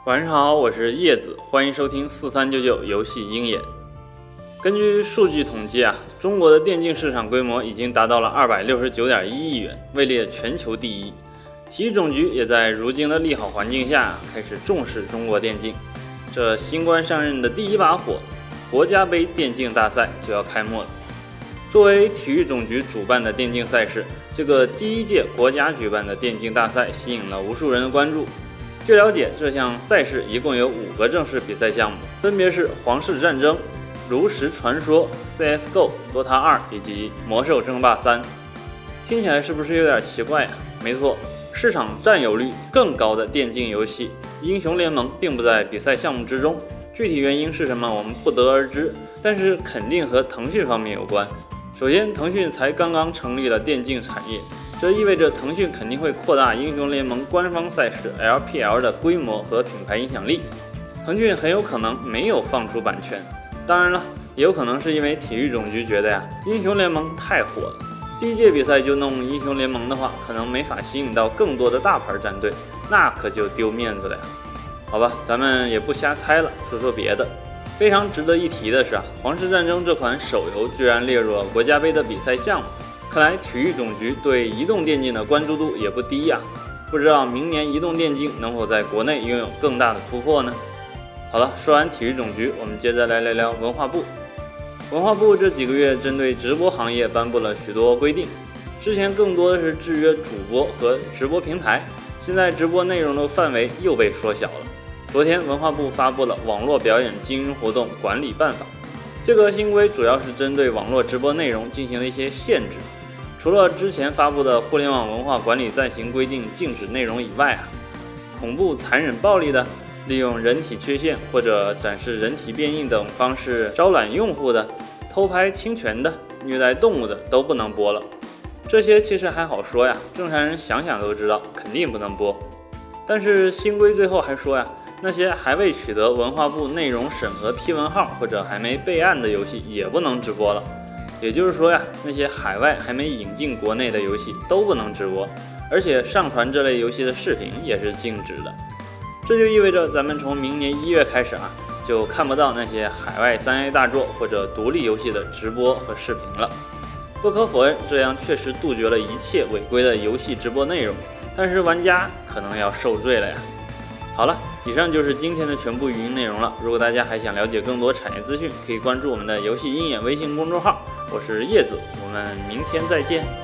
晚上好，我是叶子，欢迎收听4399游戏鹰眼。根据数据统计中国的电竞市场规模已经达到了269.1亿元，位列全球第一。体育总局也在如今的利好环境下开始重视中国电竞。这新官上任的第一把火，国家杯电竞大赛就要开幕了。作为体育总局主办的电竞赛事，这个第一届国家举办的电竞大赛吸引了无数人的关注。据了解，这项赛事一共有5个正式比赛项目，分别是皇室战争、炉石传说、CSGO、DOTA 2以及魔兽争霸3。听起来是不是有点奇怪没错，市场占有率更高的电竞游戏英雄联盟并不在比赛项目之中，具体原因是什么我们不得而知，但是肯定和腾讯方面有关。首先，腾讯才刚刚成立了电竞产业，这意味着腾讯肯定会扩大英雄联盟官方赛事 LPL 的规模和品牌影响力。腾讯很有可能没有放出版权，当然了，也有可能是因为体育总局觉得英雄联盟太火了，第一届比赛就弄英雄联盟的话，可能没法吸引到更多的大牌战队，那可就丢面子了好吧，咱们也不瞎猜了，说说别的。非常值得一提的是皇室战争这款手游居然列入了国家杯的比赛项目，看来体育总局对移动电竞的关注度也不低不知道明年移动电竞能否在国内拥有更大的突破呢？好了，说完体育总局，我们接着来聊聊文化部。文化部这几个月针对直播行业颁布了许多规定，之前更多的是制约主播和直播平台，现在直播内容的范围又被缩小了。昨天文化部发布了网络表演经营活动管理办法，这个新规主要是针对网络直播内容进行了一些限制，除了之前发布的互联网文化管理暂行规定禁止内容以外恐怖、残忍、暴力的，利用人体缺陷或者展示人体变异等方式招揽用户的，偷拍侵权的，虐待动物的都不能播了。这些其实还好说正常人想想都知道肯定不能播。但是新规最后还说那些还未取得文化部内容审核批文号或者还没备案的游戏也不能直播了。也就是说那些海外还没引进国内的游戏都不能直播，而且上传这类游戏的视频也是禁止的。这就意味着咱们从明年1月开始就看不到那些海外3A 大作或者独立游戏的直播和视频了。不可否认，这样确实杜绝了一切违规的游戏直播内容，但是玩家可能要受罪了好了，以上就是今天的全部语音内容了。如果大家还想了解更多产业资讯，可以关注我们的游戏鹰眼微信公众号。我是叶子，我们明天再见。